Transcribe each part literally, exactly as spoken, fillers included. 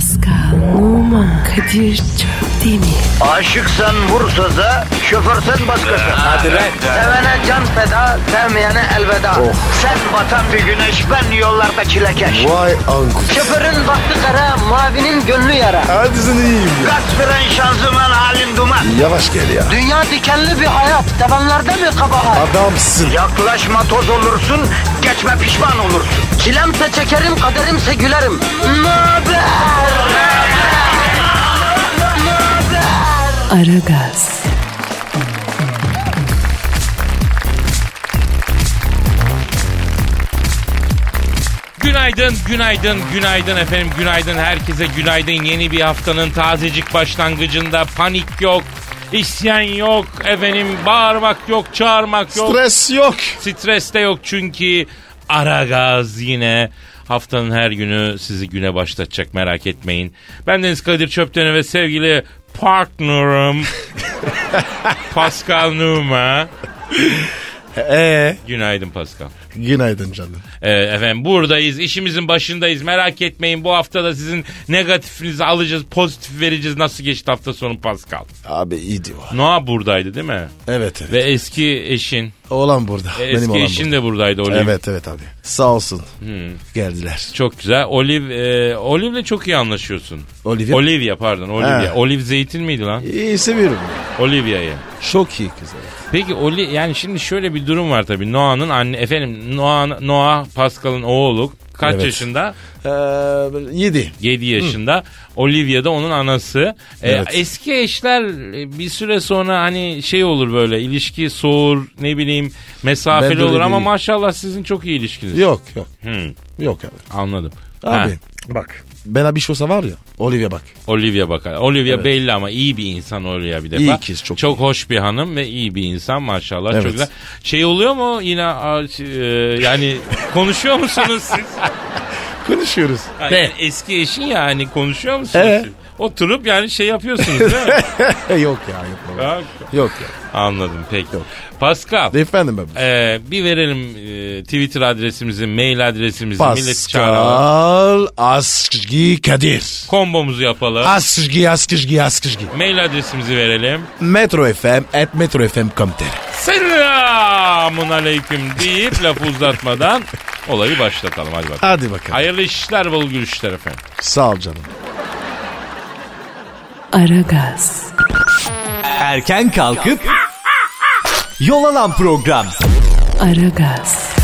Pascal, Oman, Kadir çok değil mi? Aşıksan vursa da, şoförsen başkasın. Hadi lan. Sevene can feda, sevmeyene elveda. Oh. Sen batan bir güneş, ben yollarda çilekeş. Vay anku. Şoförün baktı kara, mavinin gönlü yara. Hadi sen iyiyim ya. Kasperen şanzıman halin duman. Yavaş gel ya. Dünya dikenli bir hayat, sevenlerde mi kabahar? Adamsın. Yaklaşma toz olursun, geçme pişman olursun. Çilemse çekerim, kaderimse gülerim. Möber! Aragaz. Günaydın, günaydın, günaydın efendim, günaydın herkese, günaydın. Yeni bir haftanın tazecik başlangıcında panik yok, isyan yok, efendim bağırmak yok, çağırmak yok. Stres yok. Stres de yok çünkü Aragaz yine haftanın her günü sizi güne başlatacak, merak etmeyin. Ben Deniz Kadir Çöpten ve sevgili partnerim Pascal Numa. Eee? Günaydın Pascal. Günaydın canım. Ee, efendim buradayız, işimizin başındayız, merak etmeyin. Bu hafta da sizin negatifinizi alacağız, pozitif vereceğiz. Nasıl geçti hafta sonu Pascal? Abi iyiydi o. Noah buradaydı değil mi? Evet evet. Ve eski eşin. Oğlan burada. E, Benim eski oğlan eşin burada. de buradaydı Olive. Evet evet abi. Sağ olsun. Hmm. Geldiler. Çok güzel. Olive, e, Olive'le çok iyi anlaşıyorsun. Olivia? Olivia pardon, Olivia. Ha. Olive zeytin miydi lan? İyi seviyorum. Olivia'yı. Çok iyi kız. Peki Oli, yani şimdi şöyle bir durum var tabii. Noah'nın anne, efendim Noah, Noah Pascal'ın oğlu kaç Evet. yaşında? Ee, yedi. yedi yaşında. Hı. Olivia da onun anası. Evet. Ee, eski eşler bir süre sonra hani şey olur, böyle ilişki soğur, ne bileyim mesafeli Ben olur böyle ama değilim. maşallah sizin çok iyi ilişkiniz. Yok yok. Hı, Yok abi. anladım. Abi Ha, bak. Ben bir şey olsa var ya. Olivia bak. Olivia bakar. Olivia Evet. belli ama iyi bir insan Olivia bir defa. İyi kız, çok Çok hoş bir hanım ve iyi bir insan maşallah. Evet. Çok güzel. Şey oluyor mu yine a, e, yani konuşuyor musunuz siz? Konuşuyoruz. Yani Ne? eski eşin ya, hani konuşuyor musunuz Evet. siz? Oturup yani şey yapıyorsunuz değil mi? yok ya yok. Baba. Ha, Yok ya. anladım peki. Yok. Pascal, Efendim abi. e, bir verelim e, Twitter adresimizi, mail adresimizi, milleti çağıralım. Pascal Askışgi Kadir. Kombomuzu yapalım. Askışgi Askışgi Askışgi. Mail adresimizi verelim. Metro F M at metro f m nokta com nokta t r. Selamun aleyküm deyip lafı uzatmadan olayı başlatalım. Hadi bakalım. Hadi bakalım. Hayırlı işler, bol gülüşler efendim. Sağ ol canım. Aragaz. Erken kalkıp yol alan program. Aragaz.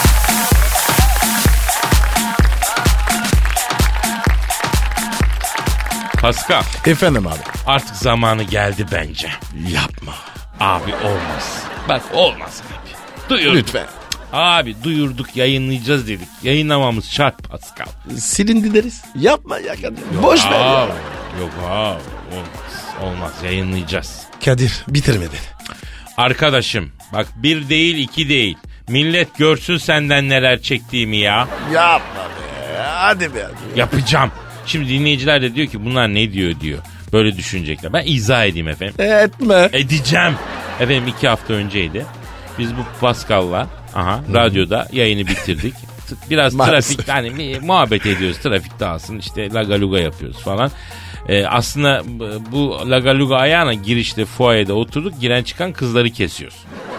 Pascal, Efendim abi. artık zamanı geldi bence. Yapma. Abi olmaz. Bak olmaz abi. Duyurduk. Lütfen. Abi duyurduk, yayınlayacağız dedik. Yayınlamamız şart Pascal. Silindi deriz. Yapma ya Kadir. Boş ver ya. Abi, yok abi, olmaz. Olmaz, yayınlayacağız. Kadir bitirme beni. Arkadaşım bak, bir değil iki değil. Millet görsün senden neler çektiğimi ya. Yapma be. Hadi be. Yapacağım. Şimdi dinleyiciler de diyor ki bunlar ne diyor diyor. Böyle düşünecekler. Ben izah edeyim efendim. Etme. Edeceğim. Efendim iki hafta önceydi. Biz bu Pascal'la aha, radyoda yayını bitirdik. Biraz Maalesef. trafik, hani bir muhabbet ediyoruz. Trafik dağılsın, işte lagaluga yapıyoruz falan. Ee, aslında bu lagaluga ayağına girişte fuayede oturduk. Giren çıkan kızları kesiyoruz.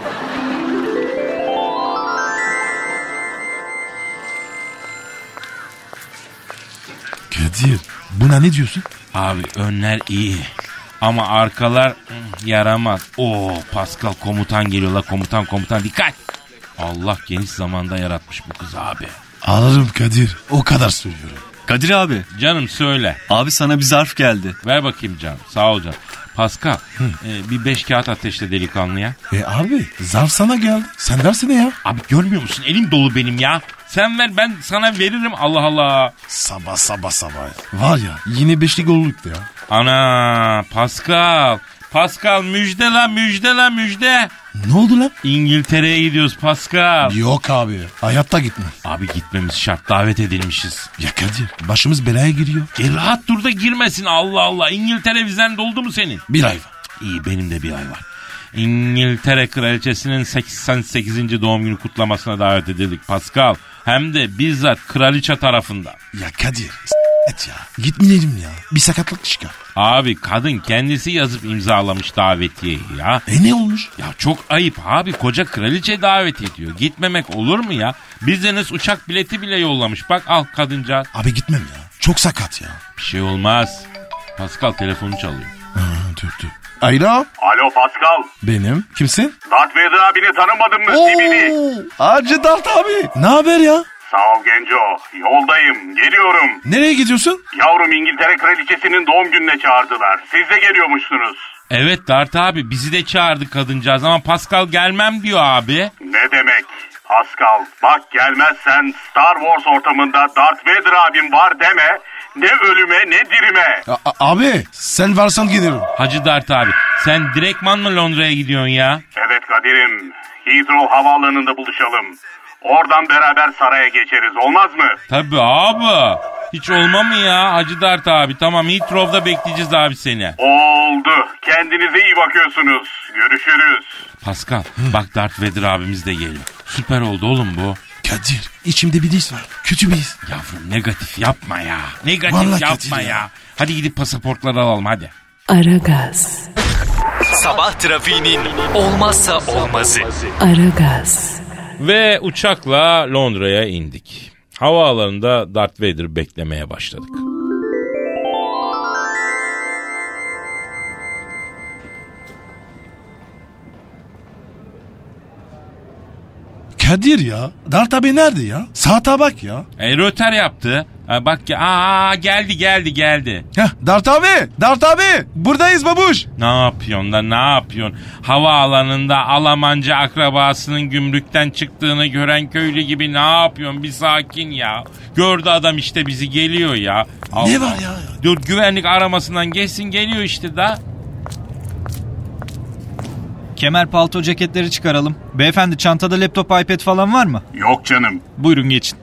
Kadir buna ne diyorsun? Abi önler iyi ama arkalar hmm, yaramaz. Oo Pascal, komutan geliyor la, komutan komutan dikkat. Allah geniş zamanda yaratmış bu kız abi. Alırım Kadir. O kadar söylüyorum. Kadir abi. Canım söyle. Abi sana bir zarf geldi. Ver bakayım canım. Sağ ol canım. Pascal e, bir beş kağıt ateşle delikanlıya. E abi zarf sana geldi. Sen versene ya. Abi görmüyor musun? Elim dolu benim ya. Sen ver, ben sana veririm. Allah Allah. Sabah sabah sabah. Var ya yine beşlik olduk ya. Ana Pascal. Pascal müjde la, müjde la, müjde. Ne oldu lan? İngiltere'ye gidiyoruz Pascal. Yok abi. Hayatta gitme. Abi gitmemiz şart, davet edilmişiz. Ya Kadir başımız belaya giriyor. E rahat dur da girmesin, Allah Allah. İngiltere vizen doldu mu senin? Bir ay var. İyi, benim de bir ay var. İngiltere kraliçesinin seksen sekizinci doğum günü kutlamasına davet edildik Pascal. Hem de bizzat kraliçe tarafından. Ya Kadir et ya. Gitmeyelim ya. Bir sakatlık çıkar. Abi kadın kendisi yazıp imzalamış davetiyeyi ya. E ne olmuş? Ya çok ayıp abi, koca kraliçe davet ediyor. Gitmemek olur mu ya? Business uçak bileti bile yollamış. Bak al kadıncağız. Abi gitmem ya. Çok sakat ya. Bir şey olmaz. Pascal telefonu çalıyor. Ha, dur dur. Alo. Alo Pascal. Benim. Kimsin? Darth Vader abini tanımadın mı? Sibidi. Hacı Dart abi. Ne haber ya? Sağ ol Genco. Yoldayım. Geliyorum. Nereye gidiyorsun? Yavrum İngiltere kraliçesinin doğum gününe çağırdılar. Siz de geliyormuşsunuz. Evet Dart abi, bizi de çağırdı kadıncağız ama Pascal gelmem diyor abi. Ne demek? Pascal bak, gelmezsen Star Wars ortamında Darth Vader abim var deme. Ne ölüme ne dirime. A- a- abi sen varsan giderim. Hacı Dart abi, sen direktman mı Londra'ya gidiyorsun ya? Evet Kadir'im. Heathrow havaalanında buluşalım. Oradan beraber saraya geçeriz, olmaz mı? Tabii abi. Hiç olma mı ya Hacı Dart abi? Tamam, Heathrow'da bekleyeceğiz abi seni. Oldu. Kendinize iyi bakıyorsunuz. Görüşürüz. Pascal bak, Darth Vader abimiz de geliyor. Süper oldu oğlum bu. Kadir içimde bir his var. Kötü bir his. Yavrum negatif yapma ya. Negatif Vallahi yapma Kadir ya. ya. Hadi gidip pasaportları alalım hadi. Aragaz, Sabah trafiğinin olmazsa olmazı. Aragaz, Ve uçakla Londra'ya indik. Havaalanında Darth Vader beklemeye başladık. Kadir ya. Dart abi nerede ya? Saate bak ya. E, röter yaptı. Ha, bak ya, aa geldi geldi geldi. Heh, Dart abi. Dart abi. Buradayız babuş. Ne yapıyorsun da ne yapıyorsun? Havaalanında Almanca akrabasının gümrükten çıktığını gören köylü gibi ne yapıyorsun? Bir sakin ya. Gördü adam işte bizi, geliyor ya. Allah. Ne var ya? Dur, güvenlik aramasından geçsin, geliyor işte da. Kemer, palto, ceketleri çıkaralım. Beyefendi, çantada laptop, iPad falan var mı? Yok canım. Buyurun geçin.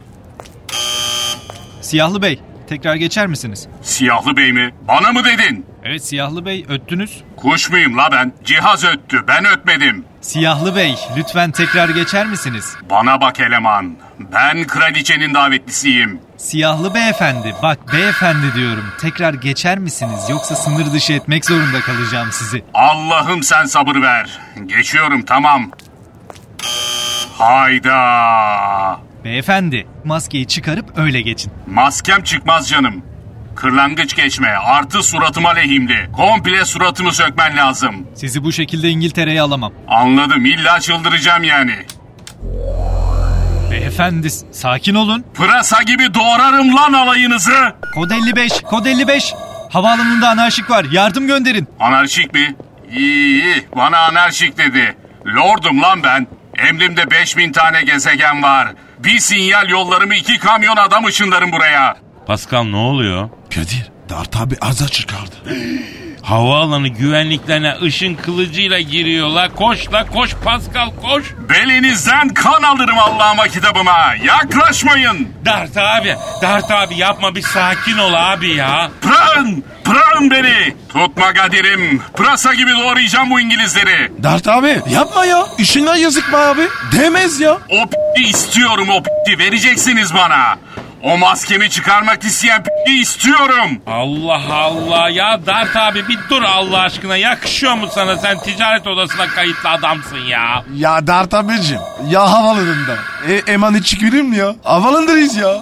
Siyahlı Bey, tekrar geçer misiniz? Siyahlı bey mi? Bana mı dedin? Evet Siyahlı Bey, öttünüz. Kuş muyum la ben? Cihaz öttü, ben ötmedim. Siyahlı Bey, lütfen tekrar geçer misiniz? Bana bak eleman. Ben kraliçenin davetlisiyim. Siyahlı beyefendi, bak beyefendi diyorum. Tekrar geçer misiniz? Yoksa sınır dışı etmek zorunda kalacağım sizi. Allah'ım sen sabır ver. Geçiyorum, tamam. Hayda. Beyefendi, maskeyi çıkarıp öyle geçin. Maskem çıkmaz canım. Kırlangıç geçme, artı suratıma lehimli. Komple suratımı sökmen lazım. Sizi bu şekilde İngiltere'ye alamam. Anladım, illa çıldıracağım yani. Beyefendi, sakin olun. Pırasa gibi doğrarım lan alayınızı. Kod elli beş, kod elli beş. Havaalanında anarşik var, yardım gönderin. Anarşik mi? İyi iyi, bana anarşik dedi. Lordum lan ben. Emrimde beş bin tane gezegen var. Bir sinyal yollarımı iki kamyon adam ışınlarım buraya. Pascal ne oluyor? Kadir. Dart abi arıza çıkardı. Havaalanı güvenliklerine ışın kılıcıyla giriyorlar. Koş la koş Pascal, koş. Belinizden kan alırım Allah'ıma kitabıma. Yaklaşmayın. Dart abi, Dart abi yapma, bir sakin ol abi ya. Pırın, pırın beni. Tutma Kadir'im. Pırasa gibi doğrayacağım bu İngilizleri. Dart abi yapma ya. İşine yazık be abi. Demez ya. O p***i istiyorum, o p***i vereceksiniz bana. O maskemi çıkarmak isteyen p***i istiyorum. Allah Allah ya Dart abi, bir dur Allah aşkına, yakışıyor mu sana? Sen ticaret odasına kayıtlı adamsın ya. Ya Dart abicim. Ya havalarında. E, emanet çıkabilir mi ya? Havalandırız ya.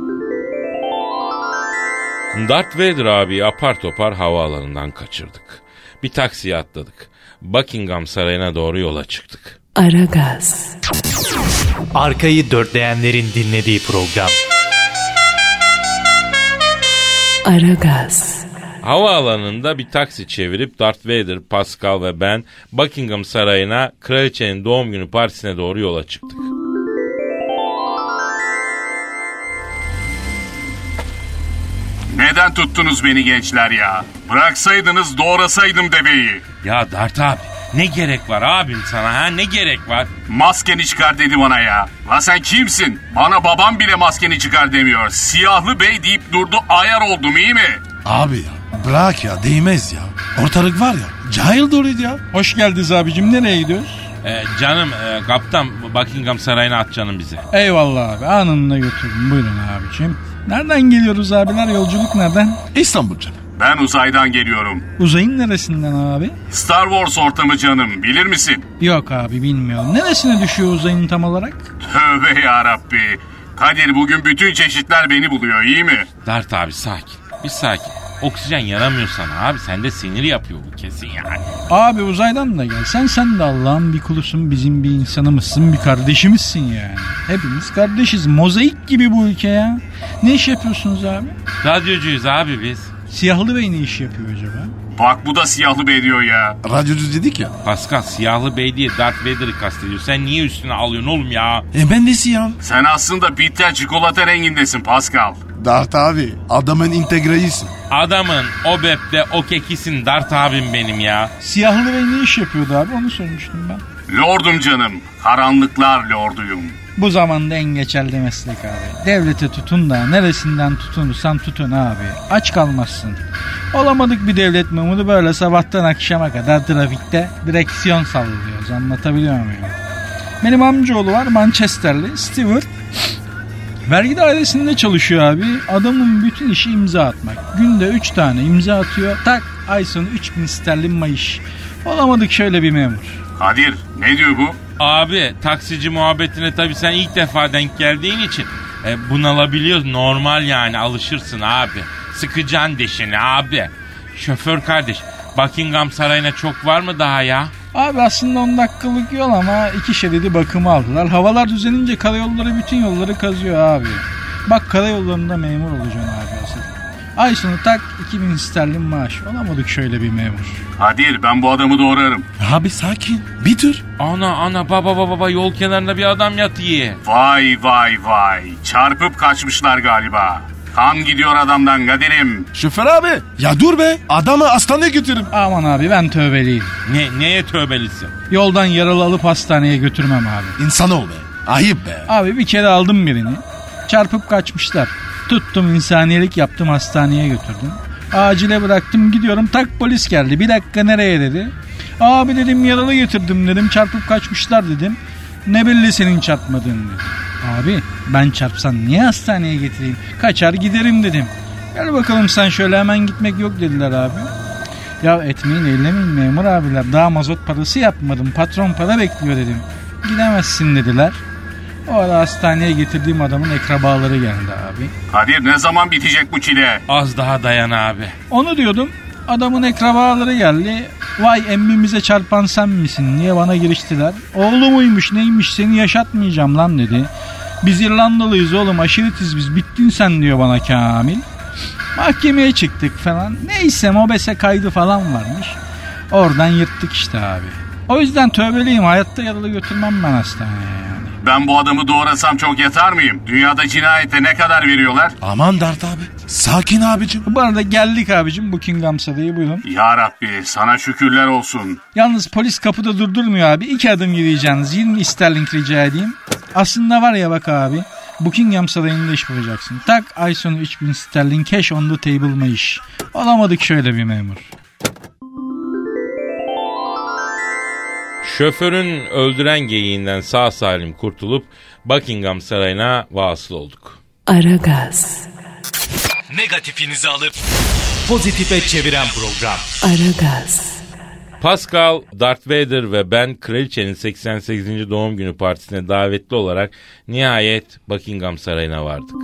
Darth Vader abi apar topar havaalanından kaçırdık. Bir taksiye atladık. Buckingham Sarayı'na doğru yola çıktık. Aragaz, Arkayı dörtleyenlerin dinlediği program. Aragaz, Havaalanında bir taksi çevirip Darth Vader, Pascal ve ben Buckingham Sarayı'na kraliçenin doğum günü partisine doğru yola çıktık. Neden tuttunuz beni gençler ya? Bıraksaydınız doğrasaydım deveyi. Ya Darth abi, ne gerek var abim sana, ha ne gerek var? Maskeni çıkar dedi bana ya. La sen kimsin? Bana babam bile maskeni çıkar demiyor. Siyahlı bey deyip durdu, ayar oldum, iyi mi? Abi ya bırak ya, değmez ya. Ortalık var ya cahil doluydu ya. Hoş geldiniz abicim, nereye gidiyoruz? Ee, canım e, kaptan Buckingham Sarayı'na at canım bizi. Eyvallah abi, anında götürün. Buyurun abicim. Nereden geliyoruz abiler, yolculuk nereden? İstanbul canım. Ben uzaydan geliyorum. Uzayın neresinden abi? Star Wars ortamı canım, bilir misin? Yok abi, bilmiyorum. Neresine düşüyor uzayın tam olarak? Tövbe yarabbi. Kadir, bugün bütün çeşitler beni buluyor, iyi mi? Dart abi sakin. Bir sakin. Oksijen yaramıyor sana abi. Sende sinir yapıyor bu kesin yani. Abi uzaydan da gelsen sen de Allah'ın bir kulusun, bizim bir insanımızsın, bir kardeşimizsin yani. Hepimiz kardeşiz. Mozaik gibi bu ülke ya. Ne iş yapıyorsunuz abi? Radyocuyuz abi biz. Siyahlı Bey ne iş yapıyor acaba? Bak bu da siyahlı bey diyor ya. Radyocu dedik ya. Pascal Siyahlı Bey diye Darth Vader'ı kastediyor. Sen niye üstüne alıyorsun oğlum ya? E ben de siyahım. Sen aslında bitter çikolata rengindesin Pascal. Dart abi, adamın integreyisi. Adamın o bepte o kekisin Dart abim benim ya. Siyahlı Bey ne iş yapıyordu abi, onu sormuştum ben. Lordum canım, karanlıklar lorduyum. Bu zamanda en geçerli meslek abi. Devlete tutun da neresinden tutunursan tutun abi. Aç kalmazsın. Olamadık bir devlet memuru böyle sabahtan akşama kadar trafikte direksiyon sallıyoruz. Anlatabiliyor muyum? Benim amcaoğlu var, Manchesterli, Stewart. Vergi dairesinde çalışıyor abi. Adamın bütün işi imza atmak. Günde üç tane imza atıyor. Tak, ay sonu üç bin sterlin maaş. Olamadık şöyle bir memur. Kadir, ne diyor bu? Abi taksici muhabbetine tabii sen ilk defa denk geldiğin için e, bunalabiliyoruz. Normal yani, alışırsın abi. Sıkacaksın dişini abi. Şoför kardeş, Buckingham Sarayı'na çok var mı daha ya? Abi aslında on dakikalık yol ama iki şeridi bakımı aldılar. Havalar düzenince karayolları bütün yolları kazıyor abi. Bak karayollarında memur olacaksın abi asıl. Ay sonu tak iki bin sterlin maaş. Olamadık şöyle bir memur. Kadir, ben bu adamı doğrarım. Abi sakin. Bir tür. Ana ana baba baba baba yol kenarında bir adam yatıyor. Vay vay vay. Çarpıp kaçmışlar galiba. Kan gidiyor adamdan Kadir'im. Şoför abi. Ya dur be. Adamı hastaneye götürün. Aman abi ben tövbeliyim. Ne, neye tövbelisin? Yoldan yaralı alıp hastaneye götürmem abi. İnsan ol be. Ayıp be. Abi bir kere aldım birini. Çarpıp kaçmışlar. Tuttum, insaniyelik yaptım, hastaneye götürdüm. Acile bıraktım, gidiyorum, tak polis geldi. Bir dakika, nereye dedi. Abi dedim, yaralı getirdim dedim, çarpıp kaçmışlar dedim. Ne belli senin çarpmadığın dedi. Abi ben çarpsam niye hastaneye getireyim? Kaçar giderim dedim. Gel bakalım sen şöyle, hemen gitmek yok dediler abi. Ya etmeyin eylemeyin memur abiler, daha mazot parası yapmadım, patron para bekliyor dedim. Gidemezsin dediler. O ara hastaneye getirdiğim adamın akrabaları geldi abi. Kadir, ne zaman bitecek bu çile? Az daha dayan abi. Onu diyordum, adamın akrabaları geldi. Vay emmimize çarpan sen misin diye bana giriştiler. Oğlu muymuş neymiş, seni yaşatmayacağım lan dedi. Biz İrlandalıyız oğlum, aşiretiz biz, bittin sen diyor bana Kamil. Mahkemeye çıktık falan. Neyse mobese kaydı falan varmış. Oradan yırttık işte abi. O yüzden tövbeliyim, hayatta yaralı götürmem ben hastaneye yani. Ben bu adamı doğrasam çok yatar mıyım? Dünyada cinayette ne kadar veriyorlar? Aman Dart abi. Sakin abicim. Bu arada geldik abicim Buckingham Sarayı, buyurun. Ya Rabbi, sana şükürler olsun. Yalnız polis kapıda durdurmuyor abi. İki adım yürüyeceksiniz. yirmi sterlin rica edeyim. Aslında var ya bak abi. Buckingham Sarayı'nda iş bulacaksın. Tak, ay sonu üç bin sterlin cash on the table mı iş. Olamadık şöyle bir memur. Şoförün öldüren geyiğinden sağ salim kurtulup Buckingham Sarayı'na vasıl olduk. Aragaz. Negatifinizi alıp pozitife çeviren program. Aragaz. Pascal, Darth Vader ve ben kraliçenin seksen sekizinci doğum günü partisine davetli olarak nihayet Buckingham Sarayı'na vardık.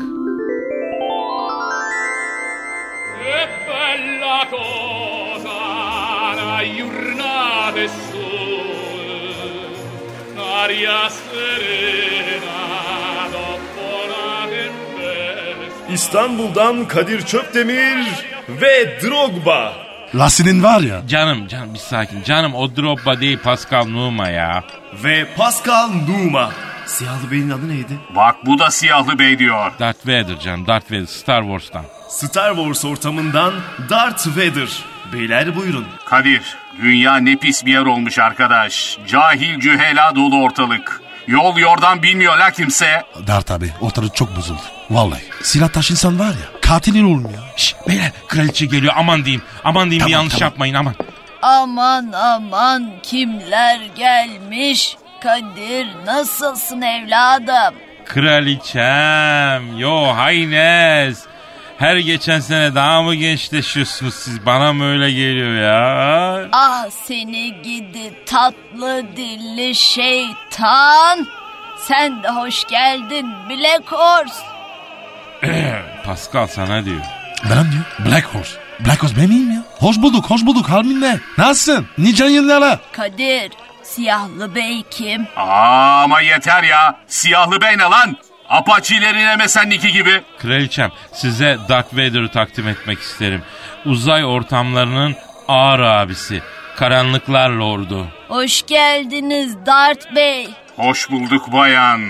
İstanbul'dan Kadir Çöpdemir ve Drogba. Lasin'in var ya. Canım canım bir sakin. Canım o Drogba değil, Pascal Numa ya. Ve Pascal Numa. Siyahlı Bey'in adı neydi? Bak bu da Siyahlı Bey diyor. Darth Vader canım, Darth Vader, Star Wars'tan. Star Wars ortamından Darth Vader. Beyler buyurun. Kadir, dünya ne pis bir yer olmuş arkadaş. Cahil cühela dolu ortalık. Yol yordan bilmiyor la kimse. Dart abi, ortalık çok bozuldu. Vallahi. Silah taşınsan var ya, katilin olmuyor. Şşş beyler, kraliçe geliyor, aman diyeyim. Aman diyeyim, tamam, bir yanlış tamam. yapmayın aman. Aman aman kimler gelmiş? Kadir nasılsın evladım? Kraliçem, yo haynes. Her geçen sene daha mı gençleşiyorsunuz siz? Bana mı öyle geliyor ya? Ah seni gidi tatlı dilli şeytan. Sen de hoş geldin Black Horse. Pascal sana diyor. Bana diyor. Black Horse. Black Horse ben miyim ya? Hoş bulduk, hoş bulduk Harmin'le. Nasılsın? Nice yıllara. Kadir, Siyahlı Bey kim? Aa, ama yeter ya. Siyahlı Bey ne lan? Apache'lerin emesenliki gibi. Kraliçem, size Darth Vader'ı takdim etmek isterim. Uzay ortamlarının ağır abisi. Karanlıklar Lordu. Hoş geldiniz Darth Bey. Hoş bulduk bayan.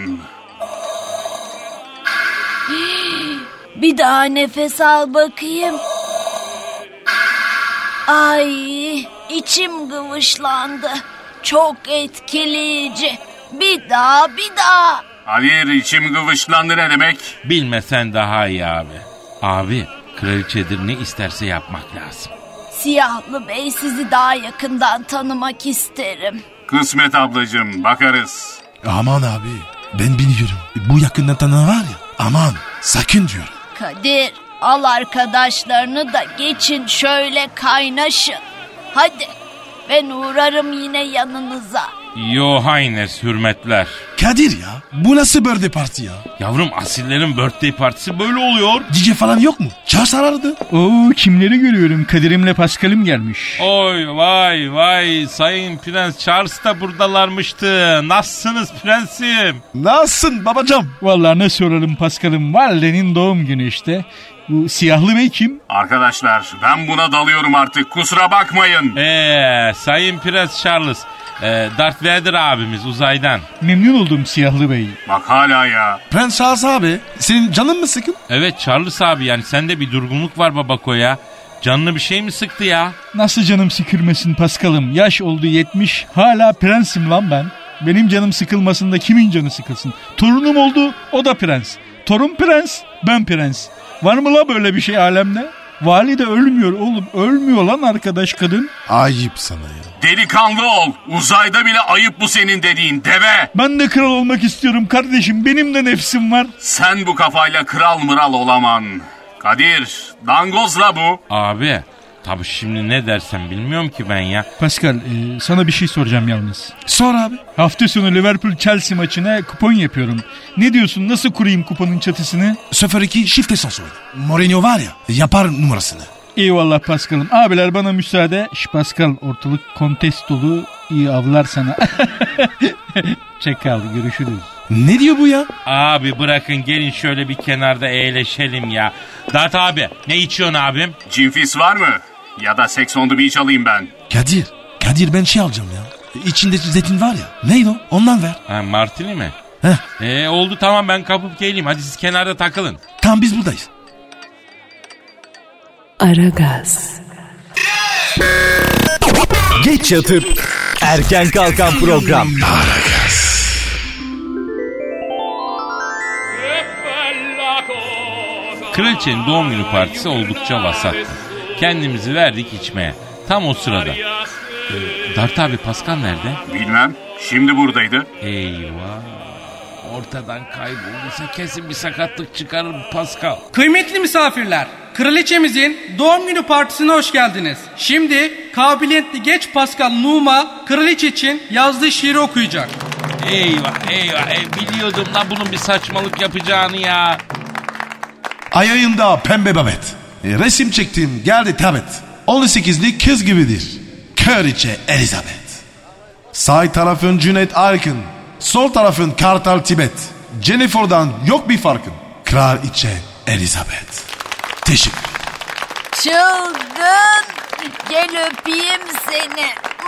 Bir daha nefes al bakayım. Ay, içim gıvışlandı. Çok etkileyici. Bir daha, bir daha. Hayır, içim gıvışlandı ne demek? Bilmesen daha iyi abi. Abi, kraliçedir, ne isterse yapmak lazım. Siyahlı Bey, sizi daha yakından tanımak isterim. Kısmet ablacığım, bakarız. Aman abi, ben biliyorum. Bu yakından tanınan var ya, aman sakın diyorum. Kadir, al arkadaşlarını da geçin şöyle kaynaşın. Hadi, ben uğrarım yine yanınıza. Yo haynes, hürmetler. Kadir ya, bu nasıl birthday parti ya? Yavrum, asillerin birthday partisi böyle oluyor. D J falan yok mu? Çağ arardı. Oo, kimleri görüyorum? Kadir'imle Pascal'im gelmiş. Oy vay vay, Sayın Prens Charles da buradalarmıştı. Nasılsınız prensim? Nasılsın babacığım? Vallahi ne soralım Pascal'ım, validenin doğum günü işte. Bu Siyahlı Bey kim? Arkadaşlar, ben buna dalıyorum artık, kusura bakmayın. Eee Sayın Prens Charles, e, Darth Vader abimiz uzaydan. Memnun oldum Siyahlı Bey. Bak hala ya. Prens Charles abi, senin canın mı sıkın? Evet Charles abi, yani sende bir durgunluk var babako ya. Canını bir şey mi sıktı ya? Nasıl canım sıkılmasın Pascal'ım? Yaş oldu yetmiş, hala prensim lan ben. Benim canım sıkılmasın da kimin canı sıkılsın? Torunum oldu, o da prens. Torun prens, ben prens. Var mı la böyle bir şey alemde? Valide ölmüyor oğlum, ölmüyor lan arkadaş kadın. Ayıp sana ya. Delikanlı ol, uzayda bile ayıp bu senin dediğin deve. Ben de kral olmak istiyorum kardeşim, benim de nefsim var. Sen bu kafayla kral mıral olaman. Kadir, dangozla bu. Abi, tabii şimdi ne dersem bilmiyorum ki ben ya. Pascal, e, sana bir şey soracağım yalnız. Sor abi. Hafta sonu Liverpool Chelsea maçına kupon yapıyorum. Ne diyorsun, nasıl kurayım kuponun çatısını? sıfır iki şifte son oyna. Mourinho var ya, yapar numarasını. Eyvallah Pascal'ım. Abiler bana müsaade. Şş Pascal, ortalık kontes dolu, iyi avlar sana. Çakal, görüşürüz. Ne diyor bu ya? Abi bırakın, gelin şöyle bir kenarda eğleşelim ya. Dart abi, ne içiyorsun abim? Cinfis var mı? Ya da Sex on the Beach alayım ben. Kadir, Kadir ben şey alacağım ya. İçinde zeytin var ya. Neydi o? Ondan ver. Ha, martini mi? Heh. Ee, oldu tamam, ben kapıp geleyim. Hadi siz kenarda takılın. Tam biz buradayız. Aragaz. Geç yatıp erken kalkan program. Aragaz. Kraliçenin doğum günü partisi oldukça vasattı. Kendimizi verdik içmeye. Tam o sırada. Ee, Dart abi, Pascal nerede? Bilmem, şimdi buradaydı. Eyvah. Ortadan kaybolduysa kesin bir sakatlık çıkarır Pascal. Kıymetli misafirler, kraliçemizin doğum günü partisine hoş geldiniz. Şimdi kabiliyetli genç Pascal Numa kraliçe için yazdığı şiiri okuyacak. Eyvah eyvah, e, biliyordum da bunun bir saçmalık yapacağını ya. Ay ayında pembe babet. E, resim çektim, geldi tabet. on sekizlik kız gibidir. Kraliçe Elizabeth. Sağ tarafın Cüneyt Arkın. Sol tarafın Kartal Tibet. Jennifer'dan yok bir farkın. Kraliçe Elizabeth. Teşekkür. Çılgın, gel öpeyim seni.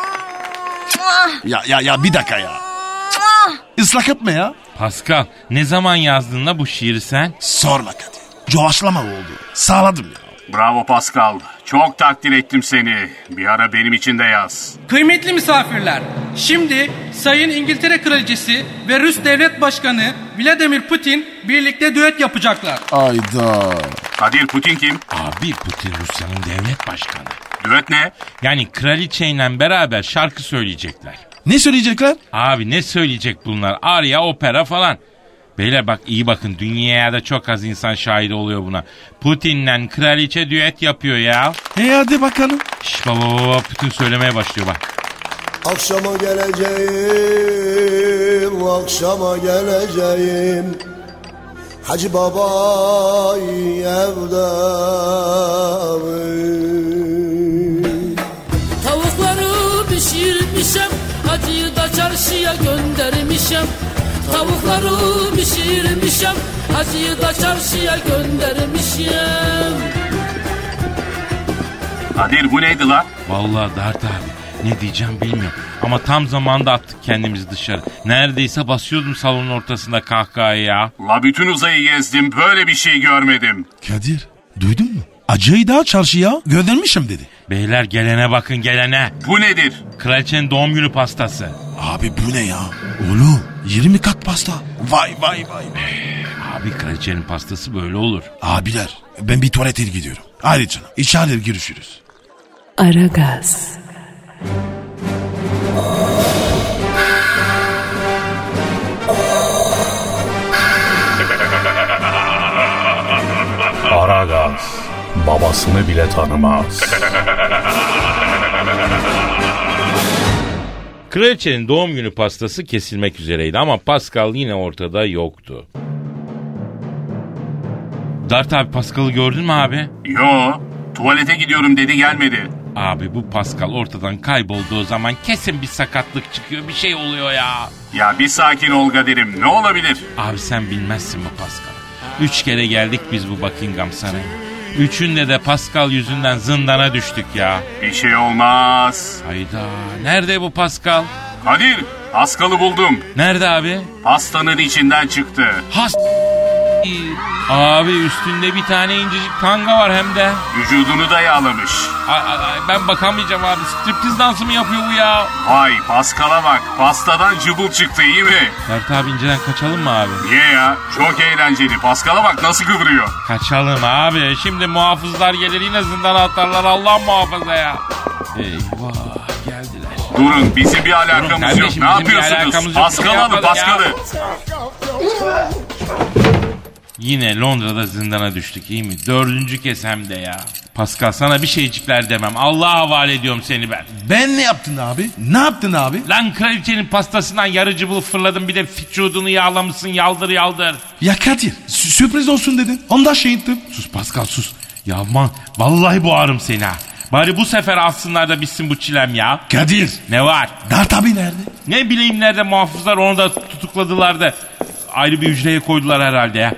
Ya ya ya bir dakika ya. Islak yapma ya. Pascal, ne zaman yazdın la bu şiiri sen? Sorma Kadir. Coğaçlama oldu. Sağladım ya. Bravo Pascal. Çok takdir ettim seni. Bir ara benim için de yaz. Kıymetli misafirler, şimdi Sayın İngiltere Kraliçesi ve Rus Devlet Başkanı Vladimir Putin birlikte düet yapacaklar. Ayda. Kadir, Putin kim? Abi Putin Rusya'nın devlet başkanı. Düet ne? Yani kraliçeyle beraber şarkı söyleyecekler. Ne söyleyecekler? Abi ne söyleyecek bunlar? Arya, opera falan. Beyler bak iyi bakın, dünyaya da çok az insan şahit oluyor buna. Putin'le kraliçe düet yapıyor ya. E hadi bakalım. Şş baba baba Putin söylemeye başlıyor bak. Akşama geleceğim, akşama geleceğim. Hacı baba evde. Tavukları pişirmişim, hacıyı da çarşıya göndermişim. Tavukları pişirmişim, hacıyı da çarşıya göndermişim. Kadir bu neydi la? Vallahi Dert abi ne diyeceğim bilmiyorum. Ama tam zamanda attık kendimizi dışarı. Neredeyse basıyordum salonun ortasında kahkahayı ya. La bütün uzayı gezdim, böyle bir şey görmedim. Kadir duydun mu? Acıyı da çarşıya göndermişim dedi. Beyler gelene bakın gelene. Bu nedir? Kraliçenin doğum günü pastası. Abi bu ne ya? Oğlum yirmi kat pasta. Vay vay vay. Abi kraliçenin pastası böyle olur. Abiler ben bir tuvalete gidiyorum. Ayrıca içeride görüşürüz. Aragaz. Aragaz babasını bile tanımaz. Kraliçenin doğum günü pastası kesilmek üzereydi ama Pascal yine ortada yoktu. Dart abi Pascal'ı gördün mü abi? Yo, tuvalete gidiyorum dedi gelmedi. Abi bu Pascal ortadan kaybolduğu zaman kesin bir sakatlık çıkıyor, bir şey oluyor ya. Ya bir sakin ol Kadir'im, ne olabilir? Abi sen bilmezsin bu Pascal. Üç kere geldik biz bu Buckingham Sarayı. Üçünde de Pascal yüzünden zindana düştük ya. Bir şey olmaz. Hayda, nerede bu Pascal? Kadir, Pascal'ı buldum. Nerede abi? Pastanın içinden çıktı. Has. Abi üstünde bir tane incecik tanga var hem de. Vücudunu da yağlamış. Ay, ay, ben bakamayacağım abi. Striptiz dansı mı yapıyor bu ya? Vay Pascal'a bak. Pastadan cıbıl çıktı, iyi mi? Dert abi inceden kaçalım mı abi? Niye ya? Çok eğlenceli. Pascal'a bak nasıl kıvırıyor. Kaçalım abi. Şimdi muhafızlar gelir yine zindana atarlar. Allah muhafaza ya. Eyvah geldiler. Durun bizim bir alakamız Durun, yok. Ne yapıyorsunuz? Pascal'ı alın Pascal'ı. Yine Londra'da zindana düştük, iyi mi? Dördüncü kez hem de ya. Pascal sana bir şeycikler demem. Allah'a havale ediyorum seni ben. Ben ne yaptın abi? Ne yaptın abi? Lan kraliçenin pastasından yarı cıbıl fırladım. Bir de vücudunu yağlamışsın yaldır yaldır. Ya Kadir sü- sürpriz olsun dedin. Ondan şey ettim. Sus Pascal sus. Ya aman vallahi boğarım seni ha. Bari bu sefer alsınlar da bitsin bu çilem ya. Kadir. Ne var? Dart abi nerede? Ne bileyim nerede, muhafızlar onu da tutukladılar da. Ayrı bir hücreye koydular herhalde ya.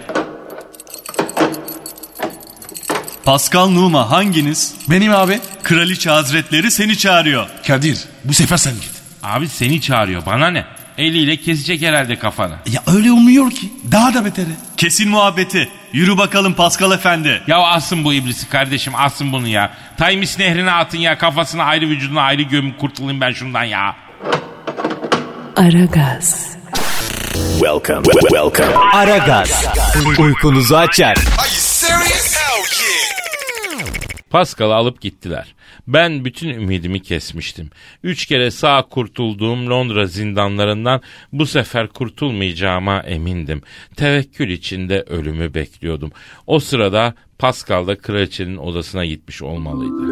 Pascal Numa hanginiz? Benim abi. Kraliçe Hazretleri seni çağırıyor. Kadir bu sefer sen git. Abi seni çağırıyor, bana ne? Eliyle kesecek herhalde kafanı. Ya öyle olmuyor ki. Daha da beteri. Kesin muhabbeti. Yürü bakalım Pascal efendi. Ya asın bu iblisi kardeşim, asın bunu ya. Taymis nehrine atın ya, kafasına ayrı vücuduna ayrı gömün, kurtulayım ben şundan ya. Aragaz. Welcome. Welcome. Aragaz. Uykunuzu açar. Pascal'ı alıp gittiler. Ben bütün ümidimi kesmiştim. Üç kere sağ kurtulduğum Londra zindanlarından bu sefer kurtulmayacağıma emindim. Tevekkül içinde ölümü bekliyordum. O sırada Pascal da kraliçenin odasına gitmiş olmalıydı.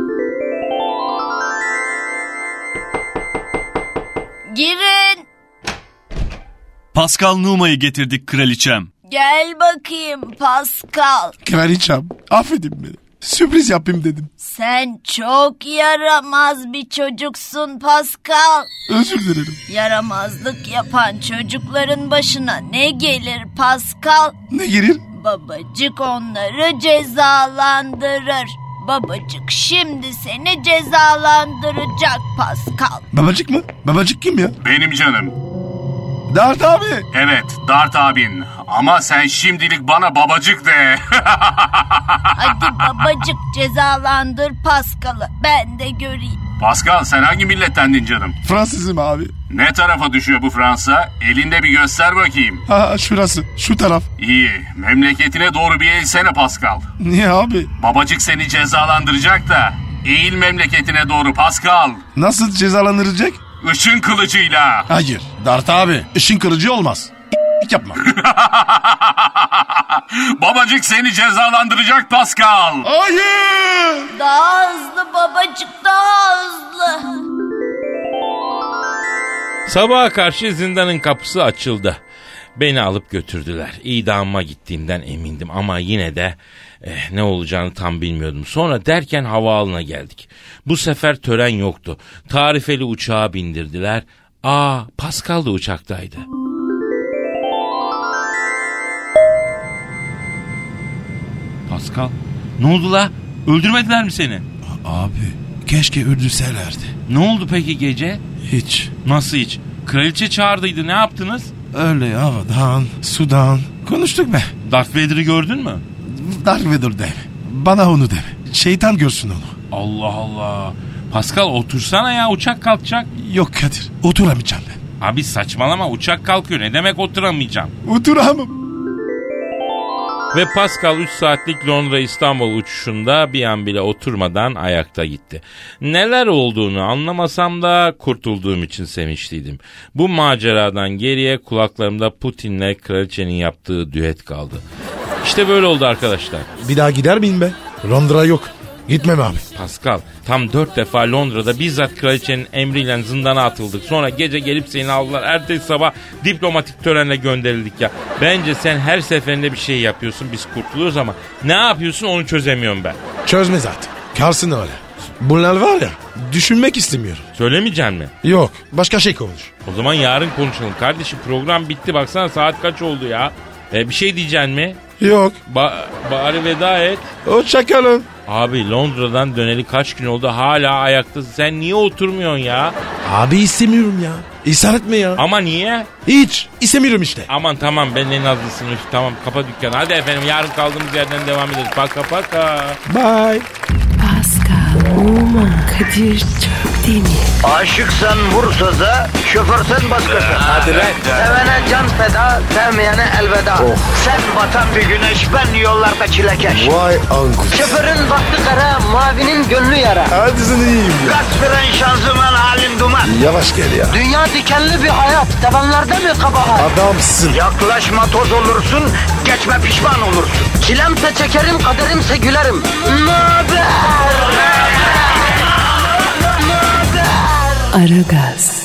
Girin. Pascal Numa'yı getirdik kraliçem. Gel bakayım Pascal. Kraliçem affedin beni. Sürpriz yapayım dedim. Sen çok yaramaz bir çocuksun Pascal. Özür dilerim. Yaramazlık yapan çocukların başına ne gelir Pascal? Ne gelir? Babacık onları cezalandırır. Babacık şimdi seni cezalandıracak Pascal. Babacık mı? Babacık kim ya? Benim canım. Dart abi. Evet Dart abin. Ama sen şimdilik bana babacık de. Hadi babacık cezalandır Pascal'ı. Ben de göreyim. Pascal sen hangi millettendin canım? Fransızım abi. Ne tarafa düşüyor bu Fransa? Elinde bir göster bakayım. Ha şurası. Şu taraf. İyi. Memleketine doğru bir eğilsene Pascal. Niye abi? Babacık seni cezalandıracak da. Eğil memleketine doğru Pascal. Nasıl cezalandıracak? Işın kılıcıyla. Hayır Dart abi ışın kırıcı olmaz. Yapma. Babacık seni cezalandıracak Pascal. Hayır. Daha hızlı babacık, daha hızlı. Sabaha karşı zindanın kapısı açıldı. Beni alıp götürdüler. İdamıma gittiğimden emindim ama yine de eh, ne olacağını tam bilmiyordum. Sonra derken havaalanına geldik. Bu sefer tören yoktu. Tarifeli uçağa bindirdiler. Aa, Pascal da uçaktaydı. Pascal, ne oldu la? Öldürmediler mi seni? Abi keşke öldürselerdi. Ne oldu peki gece? Hiç. Nasıl hiç? Kraliçe çağırdıydı, ne yaptınız? Öyle havadan, sudan konuştuk be. Darth Vader'ı gördün mü? Darth Vader deme. Bana onu deme. Şeytan görsün onu. Allah Allah. Pascal otursana ya, uçak kalkacak. Yok Kadir, oturamayacağım ben. Abi saçmalama, uçak kalkıyor, ne demek oturamayacağım? Oturamam. Ve Pascal üç saatlik Londra İstanbul uçuşunda bir an bile oturmadan ayakta gitti. Neler olduğunu anlamasam da kurtulduğum için sevinçliydim. Bu maceradan geriye kulaklarımda Putin'le kraliçenin yaptığı düet kaldı. İşte böyle oldu arkadaşlar. Bir daha gider miyim be? Londra yok. Gitmem abi. Pascal, tam dört defa Londra'da bizzat kraliçenin emriyle zindana atıldık. Sonra gece gelip seni aldılar. Ertesi sabah diplomatik törenle gönderildik ya. Bence sen her seferinde bir şey yapıyorsun, biz kurtuluyoruz ama ne yapıyorsun onu çözemiyorum ben. Çözme zaten. Kalsın öyle. Bunlar var ya, düşünmek istemiyorum. Söylemeyeceksin mi? Yok, başka şey konuş. O zaman yarın konuşalım. Kardeşim program bitti, baksana saat kaç oldu ya. E, bir şey diyeceksin mi? Yok. Ba- bari veda et. Hoşçakalın. Abi Londra'dan döneli kaç gün oldu, hala ayaktasın. Sen niye oturmuyorsun ya? Abi istemiyorum ya. İsar etme ya. Ama niye? Hiç. İstemiyorum işte. Aman tamam, ben en nazlısın. Tamam, kapa dükkanı. Hadi efendim, yarın kaldığımız yerden devam ederiz. Paka paka. Bye. Pascal, Oman, Kadir çok değil mi? Aşıksan vursa da, şoförsen başkasın. Hadi lan. Sevene can feda, sevmeyene elveda. Oh. Sen batan bir güneş, ben yollarda çilekeş. Vay anku. Şoförün baktı kara, mavinin gönlü yara. Hadi sen iyiyim ya. Kasperen şanzıman halin duman. Yavaş gel ya. Dünya dikenli bir hayat, sevenlerde mi kabahar? Adamsın. Yaklaşma toz olursun, geçme pişman olursun. Çilemse çekerim, kaderimse gülerim. Möber! Aragaz.